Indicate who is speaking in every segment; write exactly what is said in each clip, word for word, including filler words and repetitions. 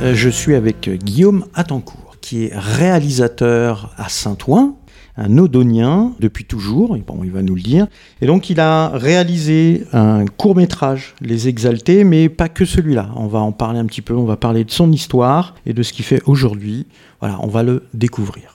Speaker 1: Je suis avec Guillaume Attencourt, qui est réalisateur à Saint-Ouen, un Audonien depuis toujours, et bon, il va nous le dire. Et donc, il a réalisé un court-métrage, Les Exaltés, mais pas que celui-là. On va en parler un petit peu, on va parler de son histoire et de ce qu'il fait aujourd'hui. Voilà, on va le découvrir.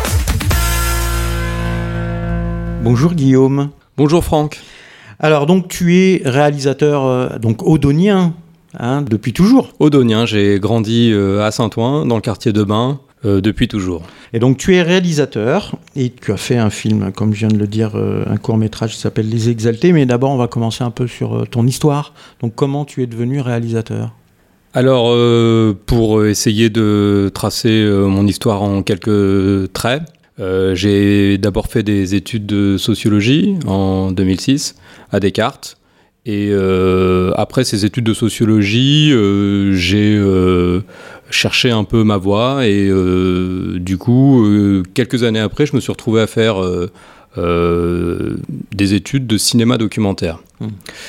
Speaker 1: Bonjour Guillaume.
Speaker 2: Bonjour Franck.
Speaker 1: Alors, donc, tu es réalisateur euh, donc Audonien, hein, depuis toujours.
Speaker 2: Audonien, j'ai grandi euh, à Saint-Ouen, dans le quartier de Bain, euh, depuis toujours.
Speaker 1: Et donc, tu es réalisateur et tu as fait un film, comme je viens de le dire, euh, un court-métrage qui s'appelle Les Exaltés. Mais d'abord, on va commencer un peu sur euh, ton histoire. Donc, comment tu es devenu réalisateur ?
Speaker 2: Alors, euh, pour essayer de tracer euh, mon histoire en quelques traits, euh, j'ai d'abord fait des études de sociologie en deux mille six à Descartes. Et euh, après ces études de sociologie, euh, j'ai euh, cherché un peu ma voie et euh, du coup, euh, quelques années après, je me suis retrouvé à faire euh, euh, des études de cinéma documentaire. Mmh.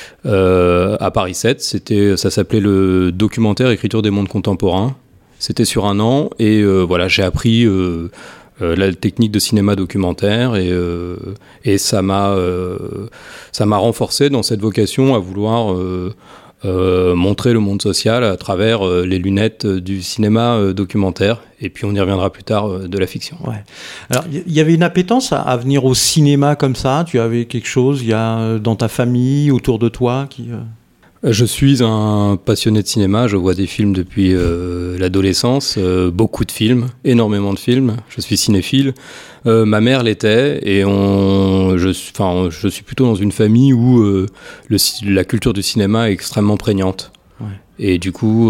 Speaker 2: Euh, à Paris sept, c'était, ça s'appelait le documentaire écriture des mondes contemporains. C'était sur un an et euh, voilà, j'ai appris euh, Euh, la technique de cinéma documentaire et, euh, et ça m'a, euh, ça m'a renforcé dans cette vocation à vouloir euh, euh, montrer le monde social à travers euh, les lunettes du cinéma euh, documentaire et puis on y reviendra plus tard euh, de la fiction.
Speaker 1: Ouais. Alors il y, y avait une appétence à, à venir au cinéma comme ça, tu avais quelque chose il y a dans ta famille, autour de toi qui... Euh...
Speaker 2: Je suis un passionné de cinéma, je vois des films depuis euh, l'adolescence, euh, beaucoup de films, énormément de films, je suis cinéphile. Euh, ma mère l'était et on, je, enfin, je suis plutôt dans une famille où euh, le, la culture du cinéma est extrêmement prégnante. Ouais. Et du coup,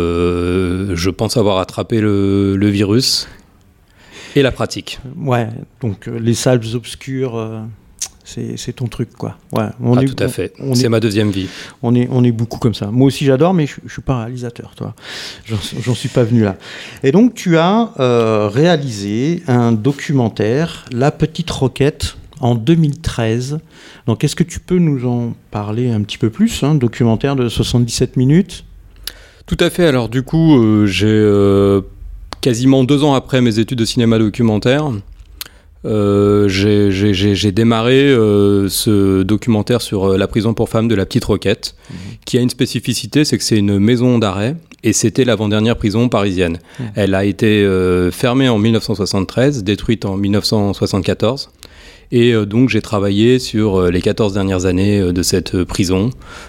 Speaker 2: euh, je pense avoir attrapé le, le virus et la pratique.
Speaker 1: Ouais, donc euh, les salles obscures... Euh... C'est, c'est ton truc, quoi. Ouais, on
Speaker 2: ah,
Speaker 1: est,
Speaker 2: tout à fait.
Speaker 1: On, on
Speaker 2: c'est
Speaker 1: est,
Speaker 2: ma deuxième vie.
Speaker 1: On est, on est beaucoup comme ça. Moi aussi, j'adore, mais je ne suis pas réalisateur, toi. J'en, j'en suis pas venu là. Et donc, tu as euh, réalisé un documentaire, La Petite Roquette, en deux mille treize. Donc, est-ce que tu peux nous en parler un petit peu plus, hein, documentaire de soixante-dix-sept minutes ?
Speaker 2: Tout à fait. Alors, du coup, euh, j'ai euh, quasiment deux ans après mes études de cinéma documentaire... Euh, j'ai, j'ai, j'ai, j'ai démarré euh, ce documentaire sur euh, la prison pour femmes de la Petite Roquette, mmh. qui a une spécificité, c'est que c'est une maison d'arrêt et c'était l'avant-dernière prison parisienne. Mmh. Elle a été euh, fermée en dix-neuf cent soixante-treize, détruite en dix-neuf cent soixante-quatorze. Et euh, donc j'ai travaillé sur euh, les quatorze dernières années euh, de cette euh, prison,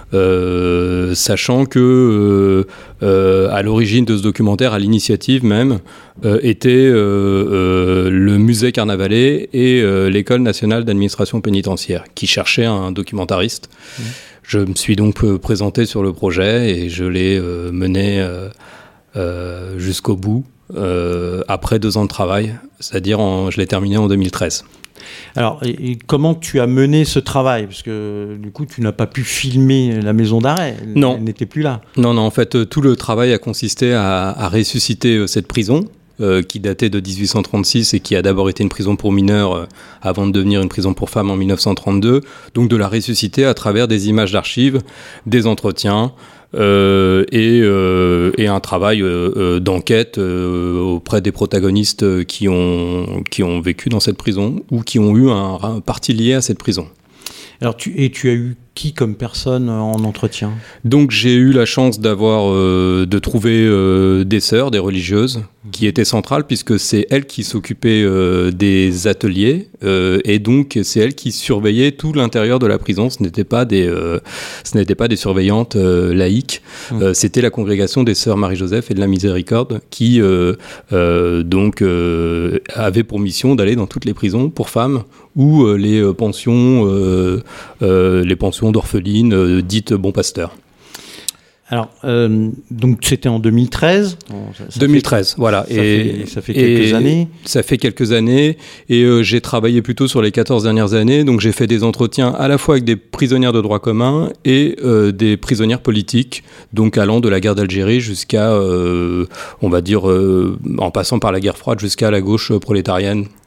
Speaker 2: euh, sachant que euh, euh, à l'origine de ce documentaire, à l'initiative même, euh, était euh, euh, le musée Carnavalet et euh, l'école nationale d'administration pénitentiaire, qui cherchaient un documentariste. Mmh. Je me suis donc euh, présenté sur le projet et je l'ai euh, mené euh, euh, jusqu'au bout, euh, après deux ans de travail, c'est-à-dire en, je l'ai terminé en deux mille treize.
Speaker 1: Alors, et, et comment tu as mené ce travail ? Parce que du coup, tu n'as pas pu filmer la maison d'arrêt. Elle,
Speaker 2: non.
Speaker 1: Elle n'était plus là.
Speaker 2: Non, non. En fait, tout le travail a consisté à, à ressusciter cette prison euh, qui datait de dix-huit cent trente-six et qui a d'abord été une prison pour mineurs euh, avant de devenir une prison pour femmes en dix-neuf cent trente-deux. Donc, de la ressusciter à travers des images d'archives, des entretiens. Euh, et, euh, et un travail euh, euh, d'enquête euh, auprès des protagonistes qui ont, qui ont vécu dans cette prison ou qui ont eu un, un parti lié à cette prison.
Speaker 1: Alors tu, et tu as eu qui comme personne en entretien ?
Speaker 2: Donc j'ai eu la chance d'avoir, euh, de trouver euh, des sœurs, des religieuses, qui étaient centrales puisque c'est elles qui s'occupaient euh, des ateliers euh, et donc c'est elles qui surveillaient tout l'intérieur de la prison. Ce n'était pas des, euh, ce n'était pas des surveillantes euh, laïques, mmh. euh, c'était la congrégation des sœurs Marie-Joseph et de la Miséricorde qui euh, euh, donc euh, avait pour mission d'aller dans toutes les prisons pour femmes ou euh, les euh, pensions, euh, euh, les pensions d'orphelines euh, dites Bon Pasteur.
Speaker 1: Alors, euh, donc c'était en deux mille treize. Bon, ça, ça
Speaker 2: deux mille treize,
Speaker 1: fait,
Speaker 2: voilà.
Speaker 1: Ça,
Speaker 2: et,
Speaker 1: fait, ça fait quelques
Speaker 2: et
Speaker 1: années.
Speaker 2: Ça fait quelques années. Et euh, j'ai travaillé plutôt sur les quatorze dernières années. Donc j'ai fait des entretiens à la fois avec des prisonnières de droit commun et euh, des prisonnières politiques, donc allant de la guerre d'Algérie jusqu'à, euh, on va dire, euh, en passant par la guerre froide jusqu'à la gauche prolétarienne. Hum.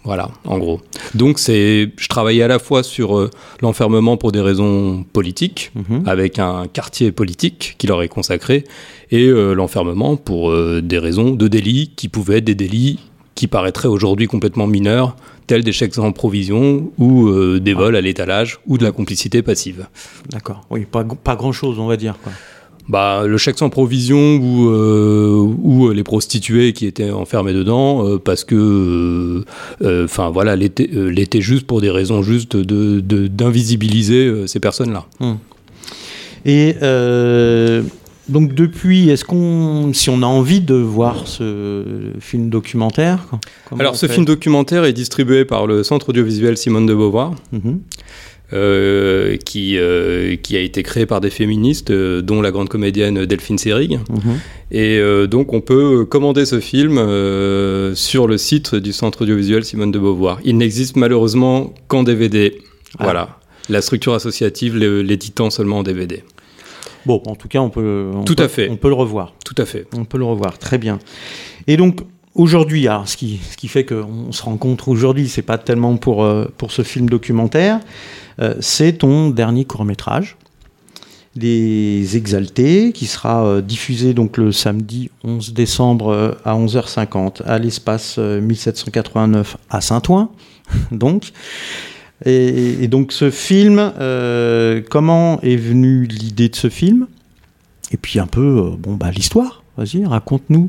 Speaker 2: Voilà, en gros. Donc, c'est, je travaillais à la fois sur euh, l'enfermement pour des raisons politiques, mmh. avec un quartier politique qui leur est consacré, et euh, l'enfermement pour euh, des raisons de délits qui pouvaient être des délits qui paraîtraient aujourd'hui complètement mineurs, tels des chèques en provision ou euh, des vols à l'étalage ou de la complicité passive.
Speaker 1: D'accord, oui, pas, pas grand-chose, on va dire, quoi.
Speaker 2: Bah, le chèque sans provision ou, euh, ou les prostituées qui étaient enfermées dedans euh, parce que enfin euh, voilà l'été, euh, l'été juste pour des raisons juste de, de, d'invisibiliser euh, ces personnes-là.
Speaker 1: Hum. Et euh, donc depuis, est-ce qu'on, si on a envie de voir ce film documentaire,
Speaker 2: alors ce fait film documentaire est distribué par le Centre audiovisuel Simone de Beauvoir. Mmh. Euh, qui, euh, qui a été créé par des féministes, euh, dont la grande comédienne Delphine Seyrig. Mmh. Et euh, donc on peut commander ce film euh, sur le site du Centre audiovisuel Simone de Beauvoir. Il n'existe malheureusement qu'en D V D. Ah. Voilà. La structure associative l'éditant seulement en D V D.
Speaker 1: Bon, en tout cas, on peut, on
Speaker 2: tout
Speaker 1: peut,
Speaker 2: à fait.
Speaker 1: On peut le revoir.
Speaker 2: Tout à fait.
Speaker 1: On peut le revoir, très bien. Et donc, aujourd'hui, alors, ce, qui, ce qui fait qu'on se rencontre aujourd'hui, c'est pas tellement pour, euh, pour ce film documentaire, euh, c'est ton dernier court-métrage, Les Exaltés, qui sera euh, diffusé donc, le samedi onze décembre euh, à onze heures cinquante à l'espace euh, mille sept cent quatre-vingt-neuf à Saint-Ouen. donc, et, et donc ce film, euh, comment est venue l'idée de ce film ? Et puis un peu, euh, bon, bah, l'histoire, vas-y, raconte-nous.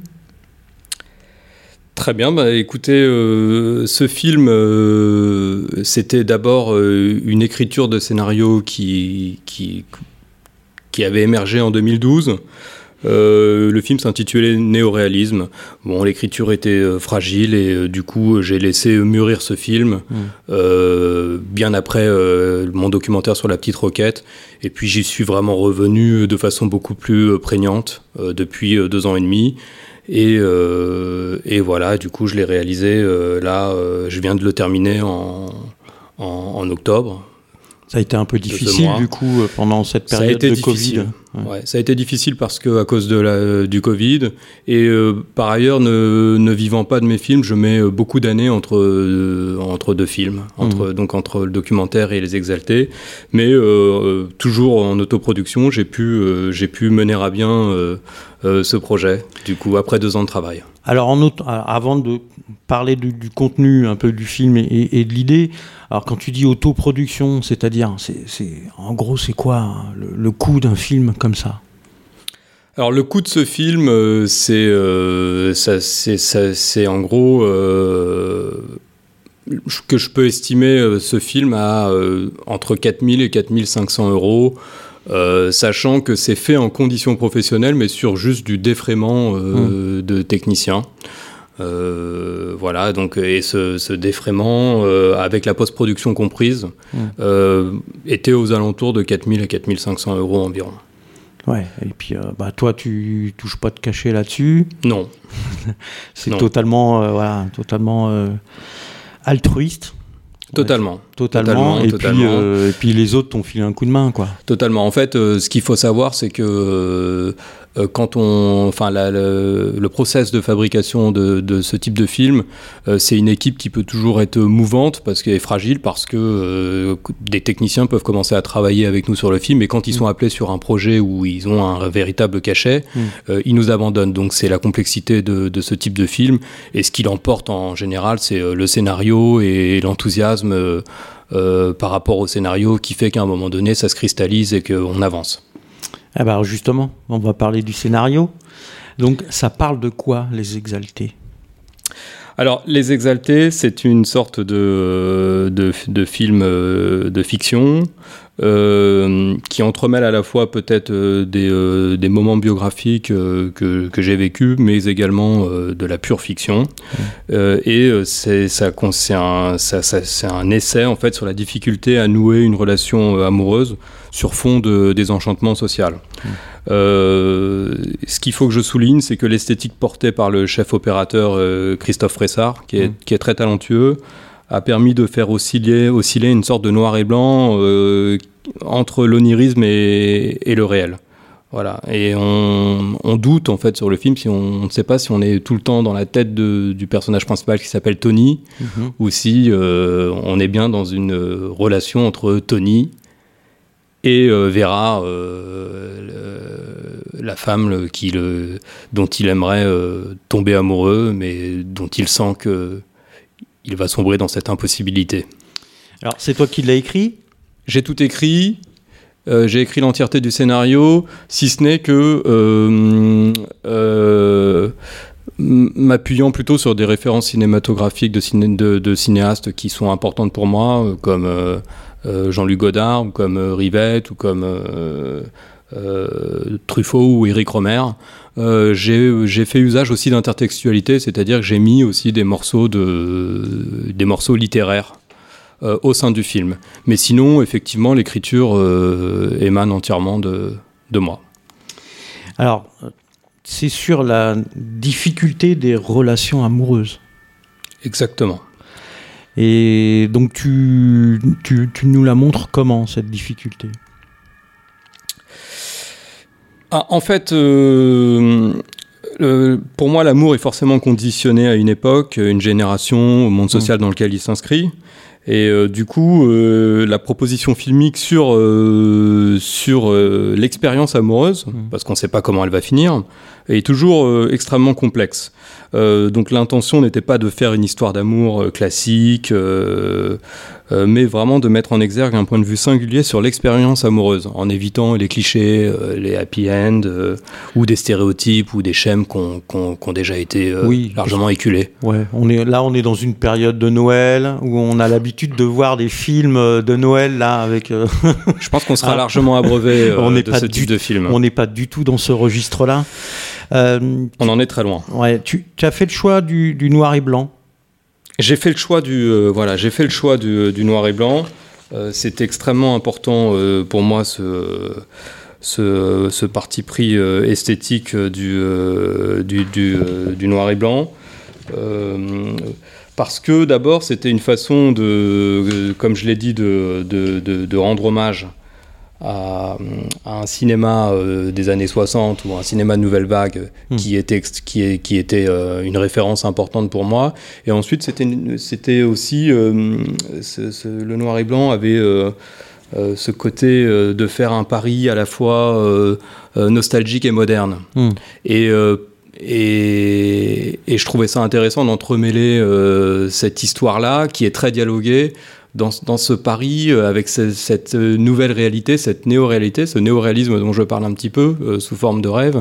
Speaker 2: Très bien, bah, écoutez, euh, ce film, euh, c'était d'abord euh, une écriture de scénario qui, qui, qui avait émergé en deux mille douze. Euh, le film s'intitulait Néoréalisme. Bon, l'écriture était euh, fragile et euh, du coup, j'ai laissé mûrir ce film mmh. euh, bien après euh, mon documentaire sur la petite roquette. Et puis, j'y suis vraiment revenu de façon beaucoup plus prégnante euh, depuis euh, deux ans et demi. Et, euh, et voilà, du coup, je l'ai réalisé. Euh, là, euh, je viens de le terminer en, en, en octobre.
Speaker 1: Ça a été un peu difficile, du coup, pendant cette période de
Speaker 2: difficile.
Speaker 1: Covid.
Speaker 2: Ouais. Ouais, ça a été difficile parce que, à cause de la, du Covid. Et euh, par ailleurs, ne, ne vivant pas de mes films, je mets beaucoup d'années entre, euh, entre deux films, entre, mmh. donc entre le documentaire et Les Exaltés. Mais euh, toujours en autoproduction, j'ai pu, euh, j'ai pu mener à bien euh, euh, ce projet, du coup, après deux ans de travail.
Speaker 1: Alors, en autre, avant de parler du, du contenu un peu du film et, et de l'idée, alors quand tu dis autoproduction, c'est-à-dire, c'est, c'est, en gros, c'est quoi hein, le, le coût d'un film comme ça ?
Speaker 2: Alors, le coût de ce film, euh, c'est, euh, ça, c'est, ça, c'est en gros euh, que je peux estimer euh, ce film à euh, entre quatre mille et quatre mille cinq cents euros. Euh, sachant que c'est fait en conditions professionnelles, mais sur juste du défraiement euh, mmh. de techniciens. Euh, voilà, donc, et ce, ce défraiement, euh, avec la post-production comprise, mmh. euh, était aux alentours de quatre mille à quatre mille cinq cents euros environ.
Speaker 1: Ouais, et puis euh, bah, toi, tu touches pas de cachet là-dessus ?
Speaker 2: Non.
Speaker 1: c'est
Speaker 2: non.
Speaker 1: totalement, euh, voilà, totalement euh, altruiste.
Speaker 2: Totalement.
Speaker 1: Ouais, totalement. Et,
Speaker 2: totalement.
Speaker 1: Puis, euh, et puis les autres t'ont filé un coup de main, quoi.
Speaker 2: Totalement. En fait, euh, ce qu'il faut savoir, c'est que euh, quand on, enfin, la, le, le process de fabrication de, de ce type de film, euh, c'est une équipe qui peut toujours être mouvante parce qu'elle est fragile, parce que euh, des techniciens peuvent commencer à travailler avec nous sur le film, et quand ils mmh. sont appelés sur un projet où ils ont un véritable cachet, mmh. euh, ils nous abandonnent. Donc c'est la complexité de, de ce type de film, et ce qui l'emporte en général, c'est euh, le scénario et l'enthousiasme euh, euh, par rapport au scénario qui fait qu'à un moment donné, ça se cristallise et qu'on avance.
Speaker 1: Ah bah justement, on va parler du scénario. Donc, ça parle de quoi, Les Exaltés ?
Speaker 2: Alors, Les Exaltés, c'est une sorte de, de, de film de fiction euh, qui entremêle à la fois peut-être euh, des, euh, des moments biographiques euh, que, que j'ai vécus, mais également euh, de la pure fiction. Mmh. Euh, et c'est, ça, c'est, un, ça, ça, c'est un essai, en fait, sur la difficulté à nouer une relation amoureuse sur fond de désenchantement social. Mmh. Euh, ce qu'il faut que je souligne, c'est que l'esthétique portée par le chef opérateur euh, Christophe Fressard, qui est, mmh. qui est très talentueux, a permis de faire osciller, osciller une sorte de noir et blanc euh, entre l'onirisme et, et le réel. Voilà, et on, on doute en fait sur le film, si on, on ne sait pas si on est tout le temps dans la tête de, du personnage principal qui s'appelle Tony, mm-hmm. ou si euh, on est bien dans une euh, relation entre Tony et euh, Vera, euh, le, la femme le, qui le, dont il aimerait euh, tomber amoureux, mais dont il sent qu'il va sombrer dans cette impossibilité.
Speaker 1: Alors, c'est toi qui l'as écrit ?
Speaker 2: J'ai tout écrit. Euh, j'ai écrit l'entièreté du scénario, si ce n'est que euh, euh, m'appuyant plutôt sur des références cinématographiques de, ciné- de, de cinéastes qui sont importantes pour moi, comme euh, euh, Jean-Luc Godard, ou comme euh, Rivette, ou comme euh, euh, Truffaut ou Éric Rohmer. Euh, j'ai, j'ai fait usage aussi d'intertextualité, c'est-à-dire que j'ai mis aussi des morceaux, de, des morceaux littéraires Euh, au sein du film. Mais sinon, effectivement, l'écriture euh, émane entièrement de, de moi.
Speaker 1: Alors, c'est sur la difficulté des relations amoureuses.
Speaker 2: Exactement.
Speaker 1: Et donc, tu, tu, tu nous la montres comment, cette difficulté ?
Speaker 2: Ah, en fait, euh, euh, pour moi, l'amour est forcément conditionné à une époque, une génération, au monde social mmh. dans lequel il s'inscrit. Et euh, du coup, euh, la proposition filmique sur, euh, sur euh, l'expérience amoureuse, mmh. parce qu'on ne sait pas comment elle va finir, est toujours euh, extrêmement complexe. Euh, donc l'intention n'était pas de faire une histoire d'amour euh, classique, euh, euh, mais vraiment de mettre en exergue un point de vue singulier sur l'expérience amoureuse, en évitant les clichés, euh, les happy end, euh, ou des stéréotypes, ou des schèmes qui ont déjà été euh, oui, largement éculés.
Speaker 1: Ouais, on est, là, on est dans une période de Noël, où on a l'habitude de voir des films de Noël, là, avec... Euh...
Speaker 2: Je pense qu'on sera ah. largement abreuvé euh,
Speaker 1: on
Speaker 2: de
Speaker 1: pas
Speaker 2: ce
Speaker 1: du,
Speaker 2: type de film.
Speaker 1: On n'est pas du tout dans ce registre-là. Euh,
Speaker 2: on en est très loin.
Speaker 1: Ouais, tu, tu as fait le choix du, du noir et blanc.
Speaker 2: J'ai fait le choix du euh, voilà, j'ai fait le choix du, du noir et blanc. Euh, c'est extrêmement important euh, pour moi ce ce, ce parti pris euh, esthétique du euh, du, du, euh, du noir et blanc. Euh, parce que d'abord c'était une façon de, comme je l'ai dit, de de, de, de rendre hommage À, à un cinéma euh, des années soixante ou un cinéma de nouvelle vague mmh. qui était, qui, est, qui était euh, une référence importante pour moi. Et ensuite, c'était, c'était aussi... Euh, ce, ce, le noir et blanc avait euh, euh, ce côté euh, de faire un pari à la fois euh, euh, nostalgique et moderne. Mmh. Et... Euh, et, et je trouvais ça intéressant d'entremêler euh, cette histoire-là, qui est très dialoguée, Dans, dans ce pari euh, avec ce, cette nouvelle réalité, cette néo-réalité, ce néo-réalisme dont je parle un petit peu, euh, sous forme de rêve,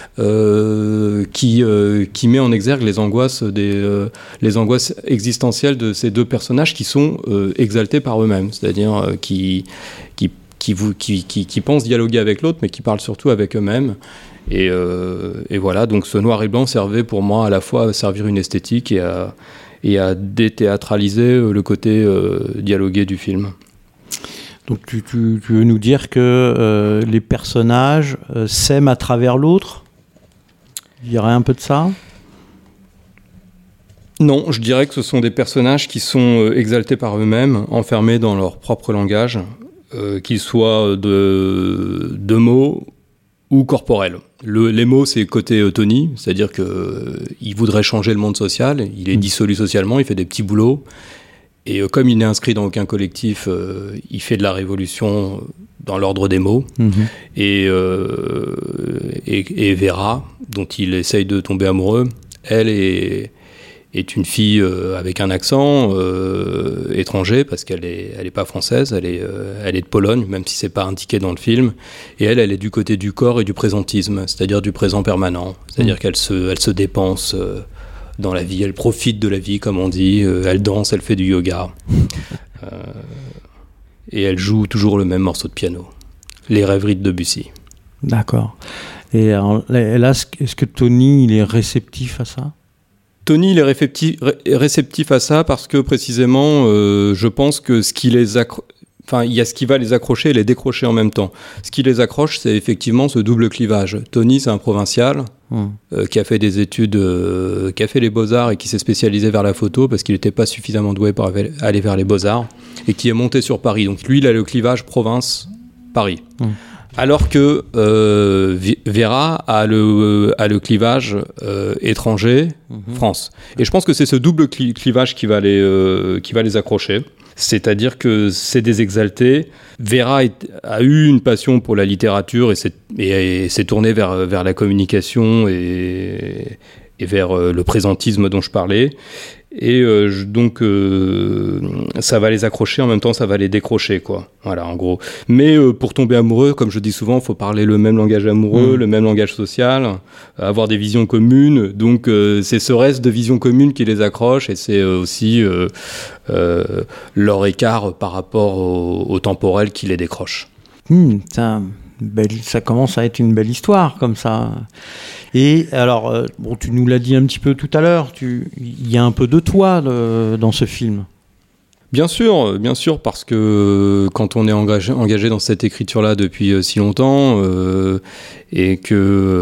Speaker 2: euh, qui, euh, qui met en exergue les angoisses, des, euh, les angoisses existentielles de ces deux personnages qui sont euh, exaltés par eux-mêmes, c'est-à-dire euh, qui, qui, qui, vous, qui, qui, qui pensent dialoguer avec l'autre, mais qui parlent surtout avec eux-mêmes. Et, euh, et voilà, donc ce noir et blanc servait pour moi à la fois à servir une esthétique et à... et à déthéâtraliser le côté euh, dialogué du film.
Speaker 1: Donc tu, tu, tu veux nous dire que euh, les personnages euh, s'aiment à travers l'autre ? Il y aurait un peu de ça ?
Speaker 2: Non, je dirais que ce sont des personnages qui sont euh, exaltés par eux-mêmes, enfermés dans leur propre langage, euh, qu'ils soient de, de mots ou corporels. Le, les mots, c'est côté euh, Tony, c'est-à-dire qu'il euh, voudrait changer le monde social, il est mmh. dissolu socialement, il fait des petits boulots, et euh, comme il n'est inscrit dans aucun collectif, euh, il fait de la révolution dans l'ordre des mots, mmh. et, euh, et, et Vera, dont il essaye de tomber amoureux, elle est, est une fille euh, avec un accent euh, étranger, parce qu'elle n'est elle est pas française, elle est, euh, elle est de Pologne, même si ce n'est pas indiqué dans le film. Et elle, elle est du côté du corps et du présentisme, c'est-à-dire du présent permanent. C'est-à-dire mmh. qu'elle se, elle se dépense euh, dans la vie, elle profite de la vie, comme on dit, euh, elle danse, elle fait du yoga. euh, et elle joue toujours le même morceau de piano, Les rêveries de Debussy.
Speaker 1: D'accord. Et alors, là, est-ce que Tony, il est réceptif à ça ?
Speaker 2: Tony, il est réceptif, réceptif à ça parce que précisément, euh, je pense que ce qui les accro... enfin, il y a ce qui va les accrocher et les décrocher en même temps. Ce qui les accroche, c'est effectivement ce double clivage. Tony, c'est un provincial mmh. euh, qui a fait des études, euh, qui a fait les beaux-arts et qui s'est spécialisé vers la photo parce qu'il n'était pas suffisamment doué pour aller vers les beaux-arts et qui est monté sur Paris. Donc lui, il a le clivage province-Paris. Mmh. Alors que euh, Vera a le, a le clivage euh, étranger-France. Mmh. Et je pense que c'est ce double cli- clivage qui va, les, euh, qui va les accrocher. C'est-à-dire que c'est des exaltés. Vera est, a eu une passion pour la littérature et s'est, et, et s'est tournée vers, vers la communication et, et vers le présentisme dont je parlais. Et euh, je, donc euh, ça va les accrocher, en même temps ça va les décrocher, quoi. Voilà, en gros. Mais euh, pour tomber amoureux, comme je dis souvent, il faut parler le même langage amoureux, mmh. le même langage social, avoir des visions communes. Donc euh, c'est ce reste de visions communes qui les accroche, et c'est euh, aussi euh, euh, leur écart par rapport au, au temporel qui les décroche.
Speaker 1: Mmh, ça, belle, ça commence à être une belle histoire comme ça. Et alors, euh, bon, tu nous l'as dit un petit peu tout à l'heure, il y a un peu de toi le, dans ce film.
Speaker 2: Bien sûr, bien sûr, parce que quand on est engagé, engagé dans cette écriture-là depuis euh, si longtemps, euh, et que,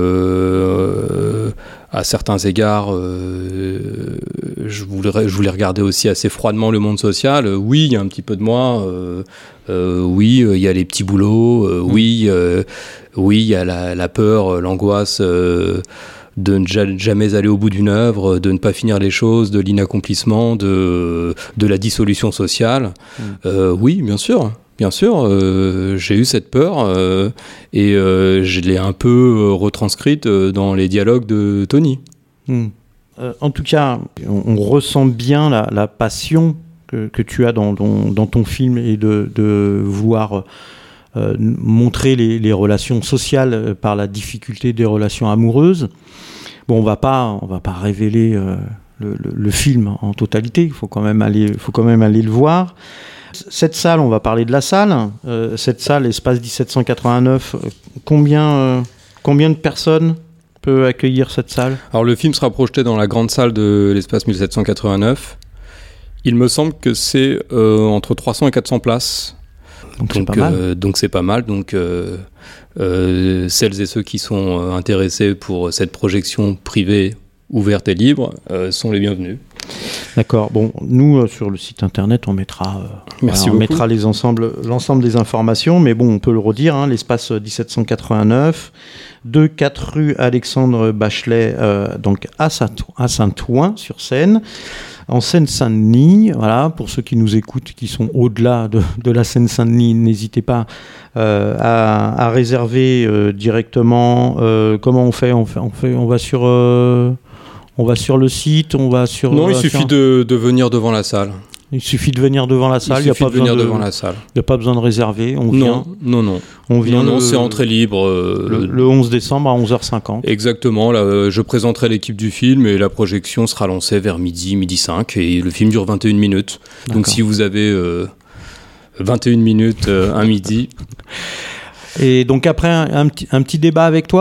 Speaker 2: euh, à certains égards, euh, je, voulais, je voulais regarder aussi assez froidement le monde social, euh, oui, il y a un petit peu de moi, euh, euh, oui, il euh, y a les petits boulots, euh, mmh. oui, euh, oui, il y a la, la peur, l'angoisse... Euh, de ne jamais aller au bout d'une œuvre, de ne pas finir les choses, de l'inaccomplissement, de, de la dissolution sociale. Mmh. Euh, oui, bien sûr, bien sûr, euh, j'ai eu cette peur euh, et euh, je l'ai un peu retranscrite dans les dialogues de Tony.
Speaker 1: Mmh. Euh, en tout cas, on, on ressent bien la, la passion que, que tu as dans, dans, dans ton film et de, de vouloir... Euh, montrer les, les relations sociales par la difficulté des relations amoureuses. Bon, on va pas, on va pas révéler euh, le, le, le film en totalité. Il faut quand même aller, faut quand même aller le voir. Cette salle, on va parler de la salle. Euh, cette salle, Espace dix-sept cent quatre-vingt-neuf. Euh, combien, euh, combien de personnes peut accueillir cette salle ?
Speaker 2: Alors, le film sera projeté dans la grande salle de l'Espace dix-sept cent quatre-vingt-neuf. Il me semble que c'est euh, entre trois cents et quatre cents places.
Speaker 1: Donc,
Speaker 2: donc,
Speaker 1: c'est pas mal.
Speaker 2: Euh, donc c'est pas mal. Donc euh, euh, celles et ceux qui sont euh, intéressés pour cette projection privée, ouverte et libre, euh, sont les bienvenus.
Speaker 1: D'accord. Bon, nous euh, sur le site internet, on mettra, euh,
Speaker 2: Merci
Speaker 1: voilà, on
Speaker 2: beaucoup.
Speaker 1: mettra les ensembles, l'ensemble des informations. Mais bon, on peut le redire. Hein, l'espace dix-sept cent quatre-vingt-neuf, deux quatre rue Alexandre Bachelet, euh, donc à Saint-Ouen sur Seine. En Seine-Saint-Denis, voilà, pour ceux qui nous écoutent, qui sont au-delà de, de la Seine-Saint-Denis, n'hésitez pas euh, à, à réserver euh, directement. Euh, comment on fait, on fait, on fait, on va sur, euh, on va sur le site, on va sur.
Speaker 2: Non, il
Speaker 1: sur...
Speaker 2: suffit de, de venir devant la salle.
Speaker 1: Il suffit de venir devant la salle.
Speaker 2: Il suffit
Speaker 1: y a pas
Speaker 2: de venir
Speaker 1: de,
Speaker 2: devant la salle.
Speaker 1: Il n'y a pas besoin de réserver. On vient.
Speaker 2: Non, non, non.
Speaker 1: On vient.
Speaker 2: Non, non,
Speaker 1: le,
Speaker 2: c'est entrée libre. Euh,
Speaker 1: le, le onze décembre à onze heures cinquante.
Speaker 2: Exactement. Là, euh, je présenterai l'équipe du film et la projection sera lancée vers midi, midi cinq. Et le film dure vingt et une minutes. D'accord. Donc si vous avez euh, vingt et une minutes, euh, un midi.
Speaker 1: Et donc après, un, un, petit, un petit débat avec toi ?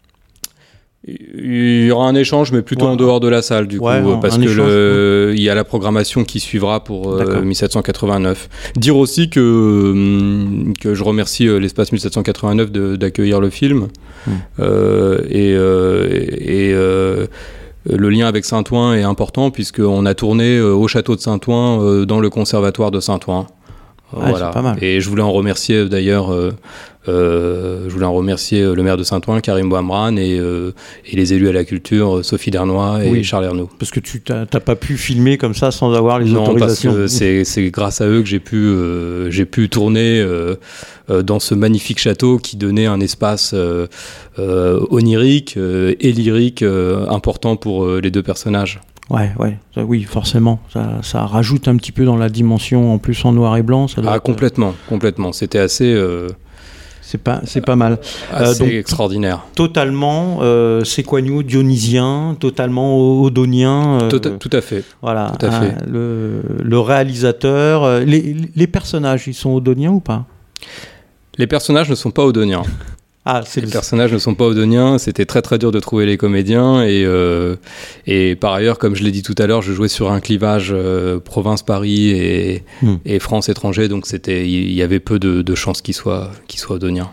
Speaker 2: Il y aura un échange, mais plutôt ouais. en dehors de la salle, du
Speaker 1: ouais,
Speaker 2: coup,
Speaker 1: un,
Speaker 2: parce
Speaker 1: un
Speaker 2: que
Speaker 1: échange,
Speaker 2: le,
Speaker 1: ouais.
Speaker 2: il y a la programmation qui suivra pour euh, dix-sept cent quatre-vingt-neuf. Dire aussi que, que je remercie euh, l'Espace dix-sept cent quatre-vingt-neuf de, d'accueillir le film. Mmh. Euh, et euh, et euh, le lien avec Saint-Ouen est important, puisqu'on a tourné euh, au château de Saint-Ouen, euh, dans le conservatoire de Saint-Ouen.
Speaker 1: Ouais, voilà. C'est pas mal.
Speaker 2: Et je voulais en remercier d'ailleurs, euh, euh, je voulais en remercier le maire de Saint-Ouen, Karim Bouamran, et, euh, et les élus à la culture, Sophie Dernois et oui, Charles Ernaud.
Speaker 1: Parce que tu n'as pas pu filmer comme ça sans avoir les
Speaker 2: non,
Speaker 1: autorisations.
Speaker 2: Non, parce que c'est, c'est grâce à eux que j'ai pu, euh, j'ai pu tourner euh, euh, dans ce magnifique château qui donnait un espace euh, euh, onirique euh, et lyrique euh, important pour euh, les deux personnages.
Speaker 1: Ouais, ouais, ça, oui, forcément. Ça, ça rajoute un petit peu dans la dimension, en plus en noir et blanc. Ça doit
Speaker 2: ah,
Speaker 1: être...
Speaker 2: complètement, complètement. C'était assez... Euh...
Speaker 1: C'est pas, c'est pas mal.
Speaker 2: Assez euh, donc, extraordinaire.
Speaker 1: Totalement euh, séquagno, dionysien, totalement odonien. Euh,
Speaker 2: tout, à, tout à fait.
Speaker 1: Voilà.
Speaker 2: Tout à fait.
Speaker 1: Euh, le, le réalisateur. Euh, les, les personnages, ils sont odoniens ou pas ?
Speaker 2: Les personnages ne sont pas odoniens.
Speaker 1: Ah, c'est
Speaker 2: les
Speaker 1: le...
Speaker 2: personnages ne sont pas odoniens, c'était très très dur de trouver les comédiens et, euh, et par ailleurs, comme je l'ai dit tout à l'heure, je jouais sur un clivage euh, province-Paris et, hmm. et France-étranger, donc c'était, il y avait peu de, de chances qu'ils soient, qu'ils soient odoniens.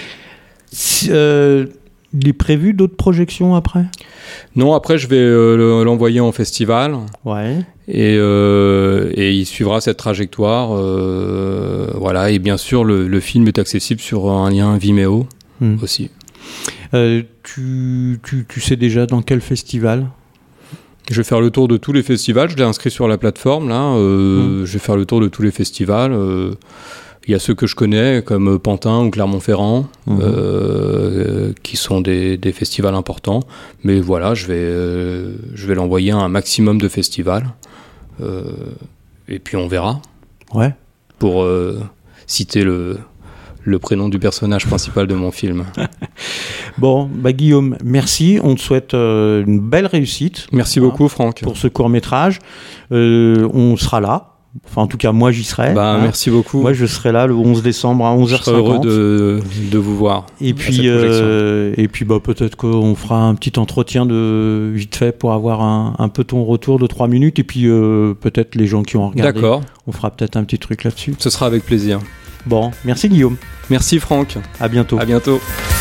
Speaker 1: Euh, il est prévu d'autres projections après ?
Speaker 2: Non, après je vais euh, l'envoyer en festival.
Speaker 1: Ouais.
Speaker 2: Et, euh, et il suivra cette trajectoire. Euh, voilà. Et bien sûr, le, le film est accessible sur un lien Vimeo mmh. aussi.
Speaker 1: Euh, tu, tu, tu sais déjà dans quel festival ?
Speaker 2: Je vais faire le tour de tous les festivals. Je l'ai inscrit sur la plateforme. Là. Euh, mmh. Je vais faire le tour de tous les festivals. Euh, il y a ceux que je connais, comme Pantin ou Clermont-Ferrand, mmh. euh, qui sont des, des festivals importants. Mais voilà, je vais, euh, je vais l'envoyer à un maximum de festivals. Euh, et puis on verra.
Speaker 1: Ouais.
Speaker 2: Pour euh, citer le... le prénom du personnage principal de mon film.
Speaker 1: Bon, bah Guillaume, merci. On te souhaite euh, une belle réussite.
Speaker 2: Merci hein, beaucoup, Franck.
Speaker 1: Pour ce court-métrage. Euh, on sera là. Enfin, en tout cas, moi, j'y serai.
Speaker 2: Bah, hein. Merci beaucoup.
Speaker 1: Moi, je serai là le onze décembre à onze heures cinquante.
Speaker 2: Je serai heureux de, de vous voir.
Speaker 1: Et puis, euh, et puis bah, peut-être qu'on fera un petit entretien de vite fait pour avoir un, un peu ton retour de trois minutes. Et puis, euh, peut-être les gens qui ont regardé.
Speaker 2: D'accord.
Speaker 1: On fera peut-être un petit truc là-dessus.
Speaker 2: Ce sera avec plaisir.
Speaker 1: Bon, merci Guillaume.
Speaker 2: Merci Franck.
Speaker 1: À bientôt.
Speaker 2: À bientôt.